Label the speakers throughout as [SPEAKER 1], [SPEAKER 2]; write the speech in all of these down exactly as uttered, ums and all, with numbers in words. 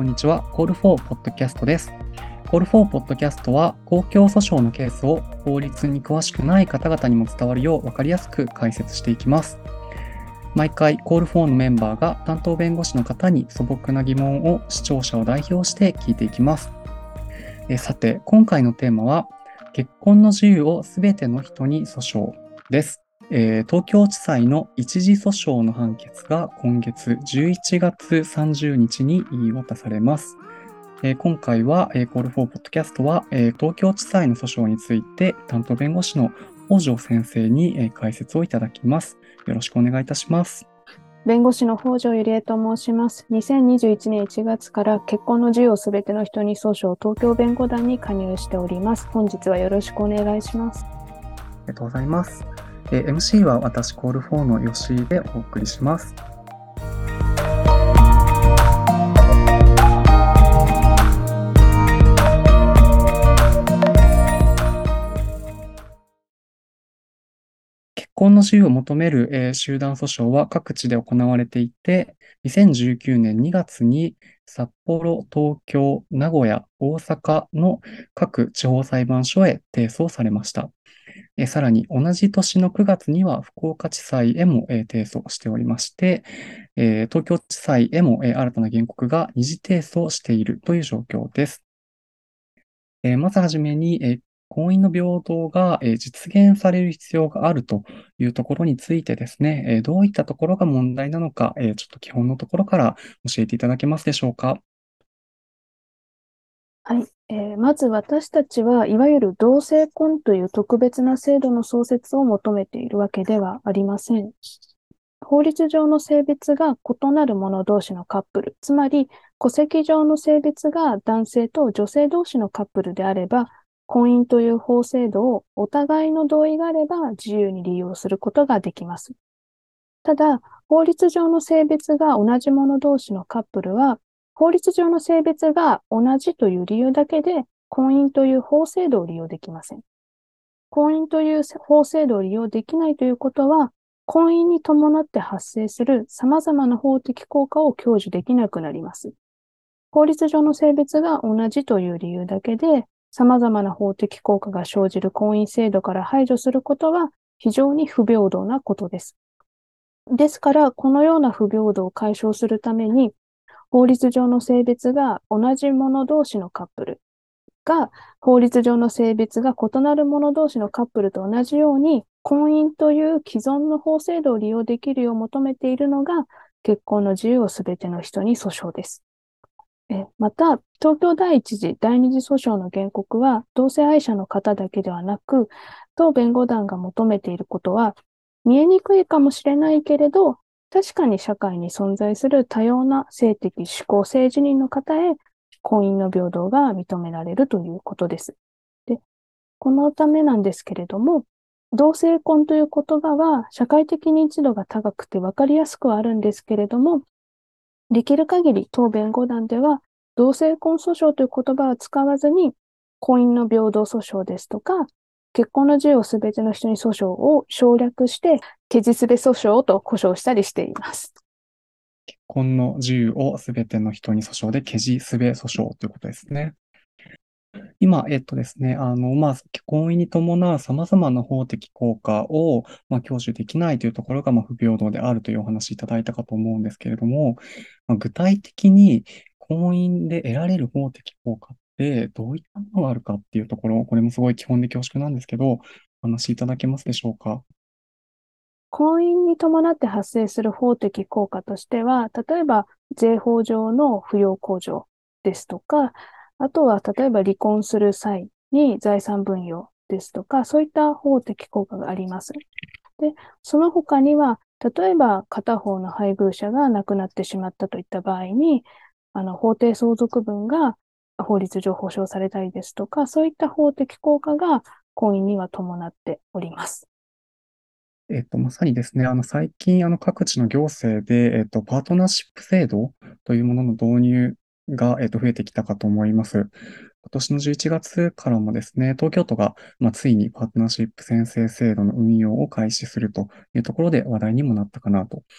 [SPEAKER 1] にちは。コールフォーポッドキャストです。コールフォーポッドキャストは、公共訴訟のケースを法律に詳しくない方々にも伝わるよう分かりやすく解説していきます。毎回、コールフォーのメンバーが担当弁護士の方に素朴な疑問を視聴者を代表して聞いていきます。えさて、今回のテーマは、結婚の自由をすべての人に訴訟です。えー、東京地裁の一時訴訟の判決が今月じゅういちがつさんじゅうにちに言い渡されます。えー、今回は、えー、コールフォーポッドキャストは、えー、東京地裁の訴訟について担当弁護士の北条先生に、えー、解説をいただきます。よろしくお願いいたします。
[SPEAKER 2] 弁護士の北条ゆりえと申します。にせんにじゅういちねんいちがつから結婚の自由をすべての人に訴訟東京弁護団に加入しております。本日はよろしくお願いします。
[SPEAKER 1] ありがとうございます。えー、エムシー は私コールフォーの吉井でお送りします。結婚の自由を求める、えー、集団訴訟は各地で行われていて、にせんじゅうきゅうねんにがつに札幌、東京、名古屋、大阪の各地方裁判所へ提訴されました。えーさらに同じ年のくがつには福岡地裁へも、えー提訴しておりまして、えー東京地裁へも、えー新たな原告が二次提訴しているという状況です。えーまずはじめに、えー婚姻の平等が、えー実現される必要があるというところについてですね、えーどういったところが問題なのか、えーちょっと基本のところから教えていただけますでしょうか。
[SPEAKER 2] はい、えーまず私たちはいわゆる同性婚という特別な制度の創設を求めているわけではありません。法律上の性別が異なる者同士のカップル、つまり戸籍上の性別が男性と女性同士のカップルであれば、婚姻という法制度をお互いの同意があれば自由に利用することができます。ただ、法律上の性別が同じ者同士のカップルは、法律上の性別が同じという理由だけで、婚姻という法制度を利用できません。婚姻という法制度を利用できないということは、婚姻に伴って発生する様々な法的効果を享受できなくなります。法律上の性別が同じという理由だけで、様々な法的効果が生じる婚姻制度から排除することは非常に不平等なことです。ですから、このような不平等を解消するために、法律上の性別が同じ者同士のカップルが、法律上の性別が異なる者同士のカップルと同じように、婚姻という既存の法制度を利用できるよう求めているのが、結婚の自由をすべての人に訴訟です。えまた、東京第一次、第二次訴訟の原告は、同性愛者の方だけではなく、当弁護団が求めていることは、見えにくいかもしれないけれど、確かに社会に存在する多様な性的指向性自認の方へ婚姻の平等が認められるということです。で、このためなんですけれども、同性婚という言葉は社会的認知度が高くて分かりやすくはあるんですけれども、できる限り当弁護団では同性婚訴訟という言葉を使わずに婚姻の平等訴訟ですとか、結婚の自由をすべての人に訴訟を省略して、けじすべ訴訟と呼称したりしています。
[SPEAKER 1] 結婚の自由をすべての人に訴訟で、けじすべ訴訟ということですね。今、えっとですね、あの、まあ、婚姻に伴う様々な法的効果を、まあ、享受できないというところが、まあ、不平等であるというお話いただいたかと思うんですけれども、まあ、具体的に婚姻で得られる法的効果ってどういったものがあるかっていうところ、これもすごい基本で恐縮なんですけど、お話しいただけますでしょうか。
[SPEAKER 2] 婚姻に伴って発生する法的効果としては、例えば税法上の扶養控除ですとか、あとは例えば離婚する際に財産分与ですとか、そういった法的効果があります。で、その他には、例えば片方の配偶者が亡くなってしまったといった場合に、あの法定相続分が法律上保障されたりですとか、そういった法的効果が婚姻には伴っております。
[SPEAKER 1] えっと、まさにですね、あの、最近、あの、各地の行政で、えっと、パートナーシップ制度というものの導入が、えっと、増えてきたかと思います。今年のじゅういちがつからもですね、東京都が、まあ、ついにパートナーシップ宣誓制度の運用を開始するというところで話題にもなったかなと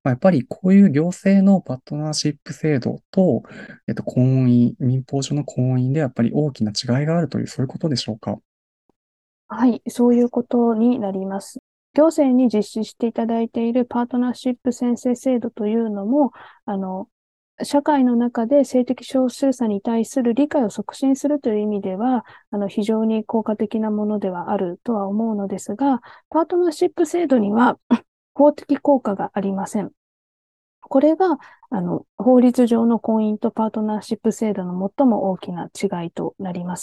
[SPEAKER 1] まあ、やっぱりこういう行政のパートナーシップ制度と、えっと、婚姻、民法上の婚姻でやっぱり大きな違いがあるという、そういうことでしょうか。
[SPEAKER 2] はい、そういうことになります。行政に実施していただいているパートナーシップ宣誓制度というのも、あの、社会の中で性的少数者に対する理解を促進するという意味では、あの、非常に効果的なものではあるとは思うのですが、パートナーシップ制度には法的効果がありません。これが、あの、法律上の婚姻とパートナーシップ制度の最も大きな違いとなります。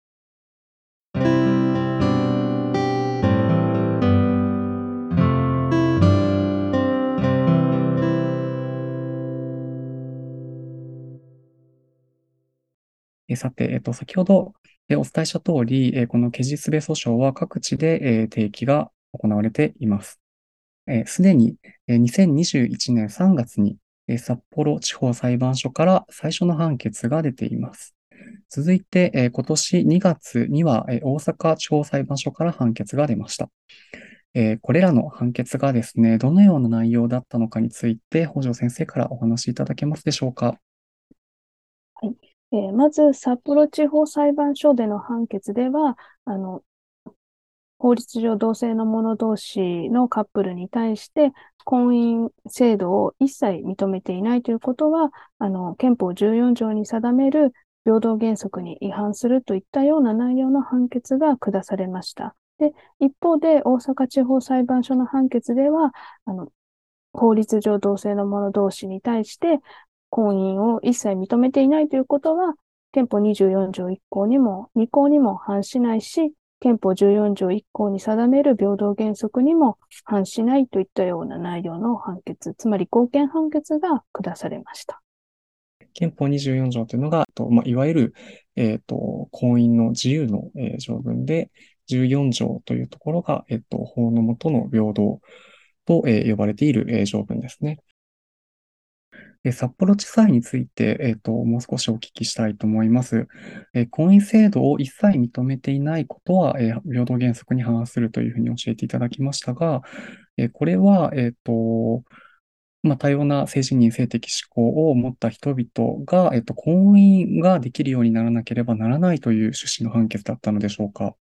[SPEAKER 1] えさて、えっと、先ほどえお伝えした通り、えこのケジスベ訴訟は各地でえ提起が行われています。すでにえにせんにじゅういちねんさんがつにえ札幌地方裁判所から最初の判決が出ています。続いて、え今年にがつにはえ大阪地方裁判所から判決が出ました。えーこれらの判決がですね、どのような内容だったのかについて、北条先生からお話しいただけますでしょうか。
[SPEAKER 2] はい。えーまず、札幌地方裁判所での判決では、あの、法律上同性の者同士のカップルに対して婚姻制度を一切認めていないということは、あの、憲法じゅうよん条に定める平等原則に違反するといったような内容の判決が下されました。で、一方で大阪地方裁判所の判決では、あの、法律上同性の者同士に対して婚姻を一切認めていないということは、憲法にじゅうよん条いっ項にもに項にも反しないし、憲法じゅうよん条いっ項に定める平等原則にも反しないといったような内容の判決、つまり合憲判決が下されました。
[SPEAKER 1] 憲法にじゅうよん条というのが、とまあ、いわゆる、えっと、婚姻の自由の、えー条文で、じゅうよん条というところが、えっと、法の下の平等と、えー呼ばれている、えー条文ですね。えー札幌地裁について、えっと、もう少しお聞きしたいと思います。えー婚姻制度を一切認めていないことは、えー平等原則に反するというふうに教えていただきましたが、えーこれは、えっと、まあ、多様な性自認、性的指向を持った人々が、えっと、婚姻ができるようにならなければならないという趣旨の判決だったのでしょうか。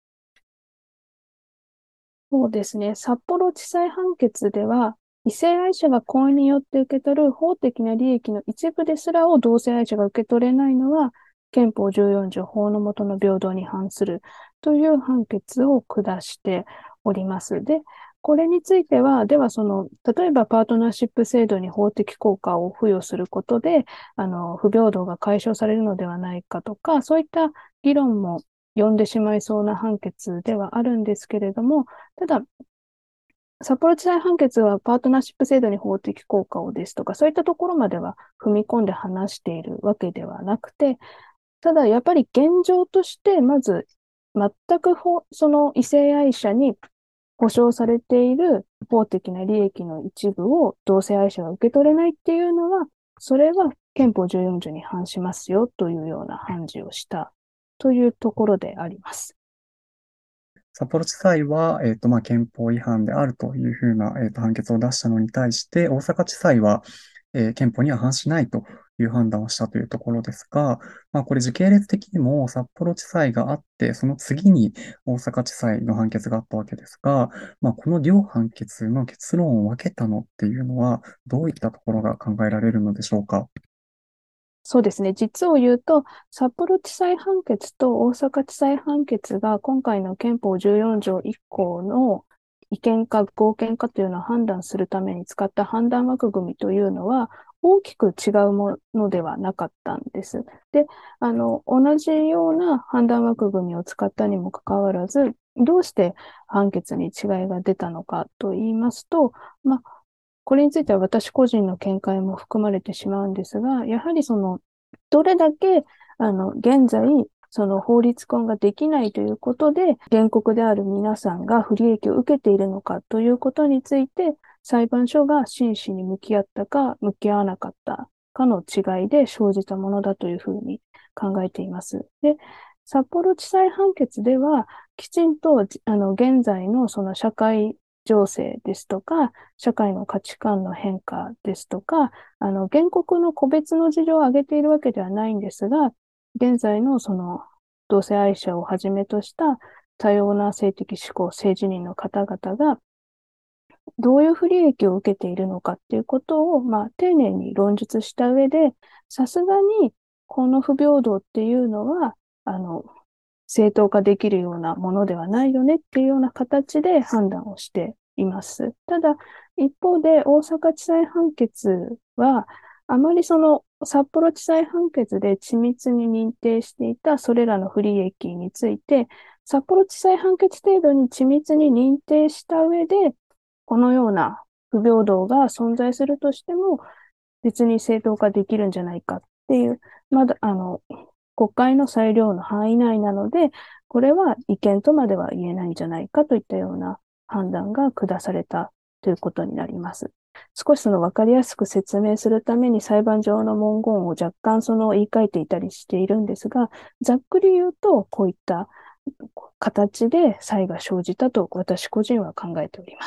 [SPEAKER 2] そうですね。札幌地裁判決では、異性愛者が婚姻によって受け取る法的な利益の一部ですらを同性愛者が受け取れないのは、憲法じゅうよん条法の下の平等に反するという判決を下しております。で、これについては、ではその、例えばパートナーシップ制度に法的効果を付与することで、あの、不平等が解消されるのではないかとか、そういった議論も呼んでしまいそうな判決ではあるんですけれども、ただ、札幌地裁判決はパートナーシップ制度に法的効果をですとか、そういったところまでは踏み込んで話しているわけではなくて、ただやっぱり現状として、まず全く法その異性愛者に保障されている法的な利益の一部を同性愛者が受け取れないっていうのは、それは憲法じゅうよん条に反しますよというような判事をしたというところであります。
[SPEAKER 1] 札幌地裁は、えっと、まあ、憲法違反であるというふうな、えっと、判決を出したのに対して、大阪地裁は、えー憲法には反しないという判断をしたというところですが、まあ、これ時系列的にも札幌地裁があって、その次に大阪地裁の判決があったわけですが、まあ、この両判決の結論を分けたのっていうのは、どういったところが考えられるのでしょうか。
[SPEAKER 2] そうですね。実を言うと、札幌地裁判決と大阪地裁判決が今回の憲法じゅうよん条いっ項の違憲か合憲かというのを判断するために使った判断枠組みというのは大きく違うものではなかったんです。で、あの、同じような判断枠組みを使ったにもかかわらず、どうして判決に違いが出たのかと言いますと、まあ、これについては私個人の見解も含まれてしまうんですが、やはりその、どれだけ、あの、現在、その法律婚ができないということで、原告である皆さんが不利益を受けているのかということについて、裁判所が真摯に向き合ったか、向き合わなかったかの違いで生じたものだというふうに考えています。で、札幌地裁判決では、きちんと、あの、現在のその社会情勢ですとか、社会の価値観の変化ですとか、あの、原告の個別の事情を挙げているわけではないんですが、現在のその同性愛者をはじめとした多様な性的指向、性自認の方々がどういう不利益を受けているのかっていうことを、まあ、丁寧に論述した上で、さすがにこの不平等っていうのは、あの、正当化できるようなものではないよねっていうような形で判断をしています。ただ、一方で大阪地裁判決は、あまりその札幌地裁判決で緻密に認定していたそれらの不利益について、札幌地裁判決程度に緻密に認定した上で、このような不平等が存在するとしても、別に正当化できるんじゃないかっていう、まだ、あの、国会の裁量の範囲内なので、これは違憲とまでは言えないんじゃないかといったような判断が下されたということになります。少しその分かりやすく説明するために裁判上の文言を若干その言い換えていたりしているんですが、ざっくり言うと、こういった形で差異が生じたと私個人は考えております。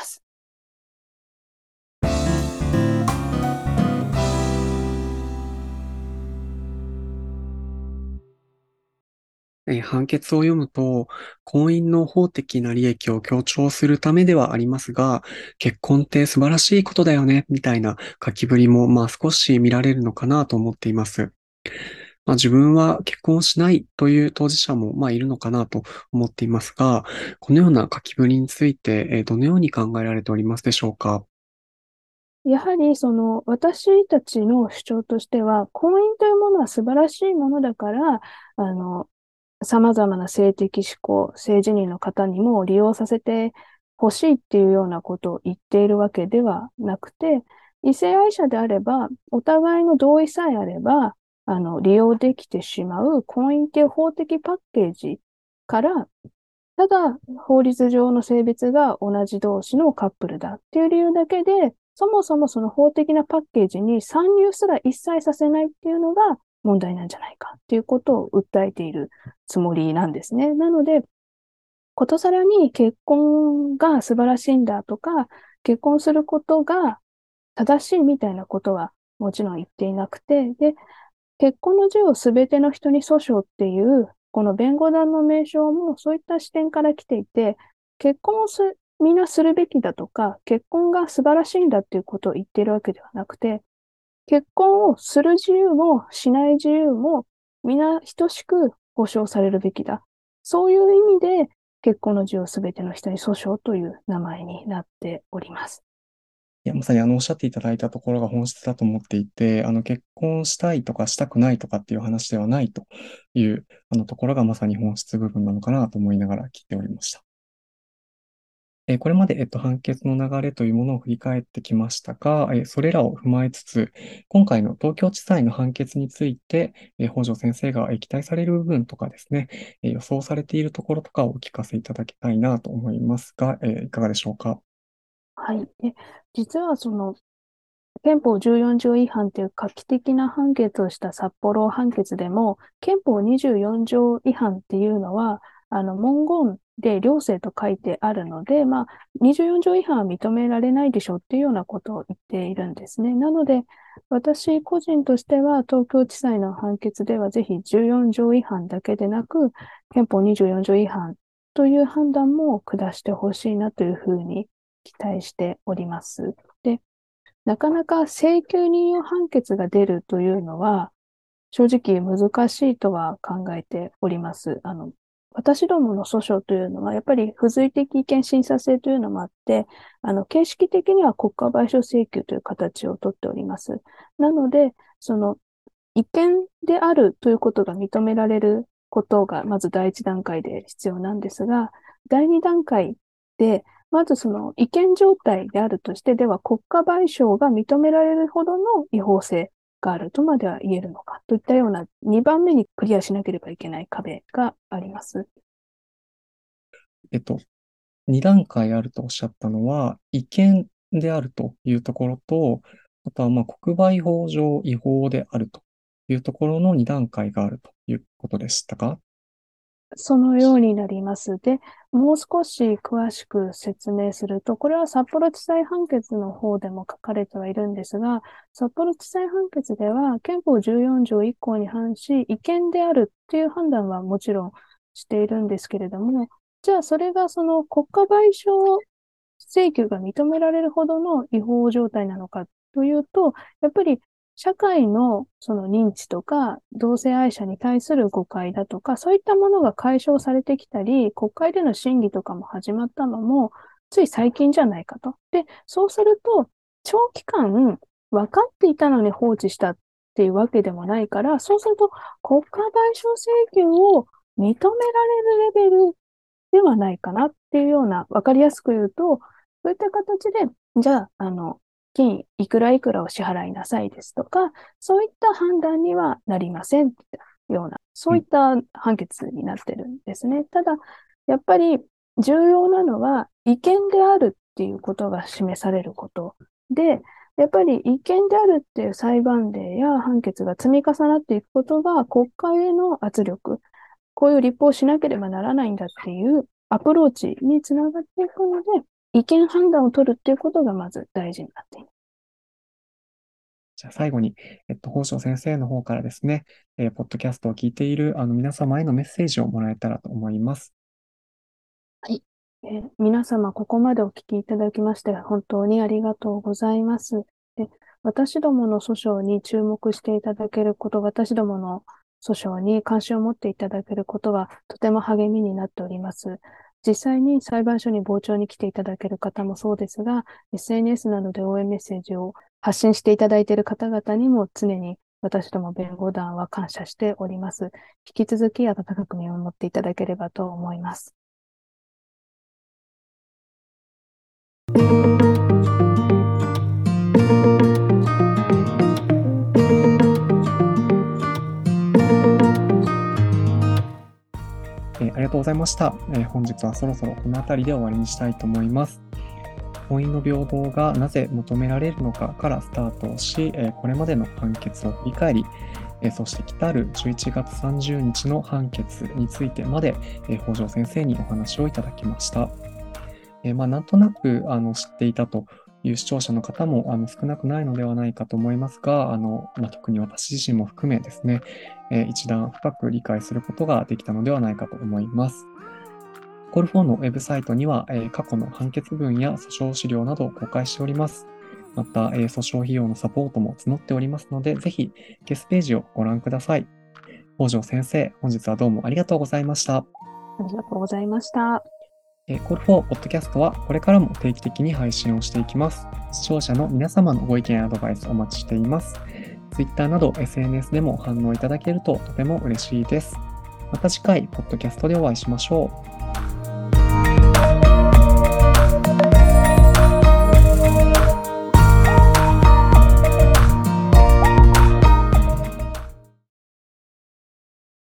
[SPEAKER 1] えー判決を読むと、婚姻の法的な利益を強調するためではありますが、結婚って素晴らしいことだよね、みたいな書きぶりも、まあ少し見られるのかなと思っています。まあ自分は結婚をしないという当事者も、まあいるのかなと思っていますが、このような書きぶりについて、えーどのように考えられておりますでしょうか？
[SPEAKER 2] やはり、その、私たちの主張としては、婚姻というものは素晴らしいものだから、あの、様々な性的指向、性自認の方にも利用させてほしいっていうようなことを言っているわけではなくて、異性愛者であれば、お互いの同意さえあれば、あの、利用できてしまう婚姻っていう法的パッケージから、ただ、法律上の性別が同じ同士のカップルだっていう理由だけで、そもそもその法的なパッケージに参入すら一切させないっていうのが問題なんじゃないかっていうことを訴えているつもりなんですね。なので、ことさらに結婚が素晴らしいんだとか、結婚することが正しいみたいなことはもちろん言っていなくて、で、結婚の授与をすべての人に訴訟っていう、この弁護団の名称もそういった視点から来ていて、結婚をすみんなするべきだとか、結婚が素晴らしいんだっていうことを言っているわけではなくて、結婚をする自由もしない自由も皆等しく保障されるべきだ。そういう意味で結婚の自由をすべての人に訴訟という名前になっております。
[SPEAKER 1] いや、まさにあの、おっしゃっていただいたところが本質だと思っていて、あの、結婚したいとかしたくないとかっていう話ではないという、あの、ところがまさに本質部分なのかなと思いながら聞いておりました。えーこれまで、えっと、判決の流れというものを振り返ってきましたが、えーそれらを踏まえつつ、今回の東京地裁の判決について、えー北条先生がえー期待される部分とかですね、えー予想されているところとかをお聞かせいただきたいなと思いますが、えーいかがでしょうか？
[SPEAKER 2] はい。で、実はその憲法じゅうよん条違反という画期的な判決をした札幌判決でも、憲法にじゅうよん条違反っていうのは、あの、文言で両性と書いてあるので、まあ、にじゅうよん条違反は認められないでしょうっていうようなことを言っているんですね。なので、私個人としては、東京地裁の判決では、ぜひじゅうよん条違反だけでなく、憲法にじゅうよん条違反という判断も下してほしいなというふうに期待しております。で、なかなか請求人用判決が出るというのは、正直難しいとは考えております。あの、私どもの訴訟というのは、やっぱり付随的意見審査制というのもあって、あの、形式的には国家賠償請求という形をとっております。なので、その、違憲であるということが認められることが、まず第一段階で必要なんですが、第二段階で、まずその違憲状態であるとして、では国家賠償が認められるほどの違法性があるとまでは言えるのかといったようなにばんめにクリアしなければいけない壁があります。
[SPEAKER 1] えっと、に段階あるとおっしゃったのは、違憲であるというところと、あとはまあ国売法上違法であるというところのに段階があるということでしたか？
[SPEAKER 2] そのようになります。で、もう少し詳しく説明すると、これは札幌地裁判決の方でも書かれてはいるんですが、札幌地裁判決では憲法じゅうよん条いっ項に反し、違憲であるっていう判断はもちろんしているんですけれども、じゃあそれがその国家賠償請求が認められるほどの違法状態なのかというと、やっぱり社会のその認知とか、同性愛者に対する誤解だとか、そういったものが解消されてきたり、国会での審議とかも始まったのも、つい最近じゃないかと。で、そうすると、長期間分かっていたのに放置したっていうわけでもないから、そうすると国家賠償請求を認められるレベルではないかなっていうような、わかりやすく言うと、そういった形で、じゃあ、あの、金いくらいくらを支払いなさいですとか、そういった判断にはなりませんっていうような、そういった判決になってるんですね。ただ、やっぱり重要なのは、違憲であるっていうことが示されることで、やっぱり違憲であるっていう裁判例や判決が積み重なっていくことが国会への圧力、こういう立法をしなければならないんだっていうアプローチにつながっていくので、違憲判断を取るっていうことがまず大事になっています。
[SPEAKER 1] じゃあ最後に、えっと、宝生先生の方からですね、えーポッドキャストを聞いているあの皆様へのメッセージをもらえたらと思います。
[SPEAKER 2] はい。えー皆様、ここまでお聞きいただきまして、本当にありがとうございます。で、私どもの訴訟に注目していただけること、私どもの訴訟に関心を持っていただけることは、とても励みになっております。実際に裁判所に傍聴に来ていただける方もそうですが、エスエヌエス などで応援メッセージを発信していただいている方々にも常に私ども弁護団は感謝しております。引き続き温かく見守っていただければと思います。
[SPEAKER 1] えーありがとうございました。えー本日はそろそろこの辺りで終わりにしたいと思います。婚姻の平等がなぜ求められるのかからスタートをし、えーこれまでの判決を振り返り、えーそして来たるじゅういちがつさんじゅうにちの判決についてまで、えー北条先生にお話をいただきました。えーまあ、なんとなくあの知っていたという視聴者の方もあの少なくないのではないかと思いますが、あのまあ、特に私自身も含めですね、えー一段深く理解することができたのではないかと思います。コールフォーのウェブサイトには、えー過去の判決文や訴訟資料などを公開しております。また、えー訴訟費用のサポートも募っておりますので、ぜひゲスページをご覧ください。北条先生、本日はどうもありがとうございました。
[SPEAKER 2] ありがとうございました。
[SPEAKER 1] えー、コールフォーポッドキャストはこれからも定期的に配信をしていきます。視聴者の皆様のご意見やアドバイスお待ちしています。Twitter など エスエヌエス でも反応いただけるととても嬉しいです。また次回、ポッドキャストでお会いしましょう。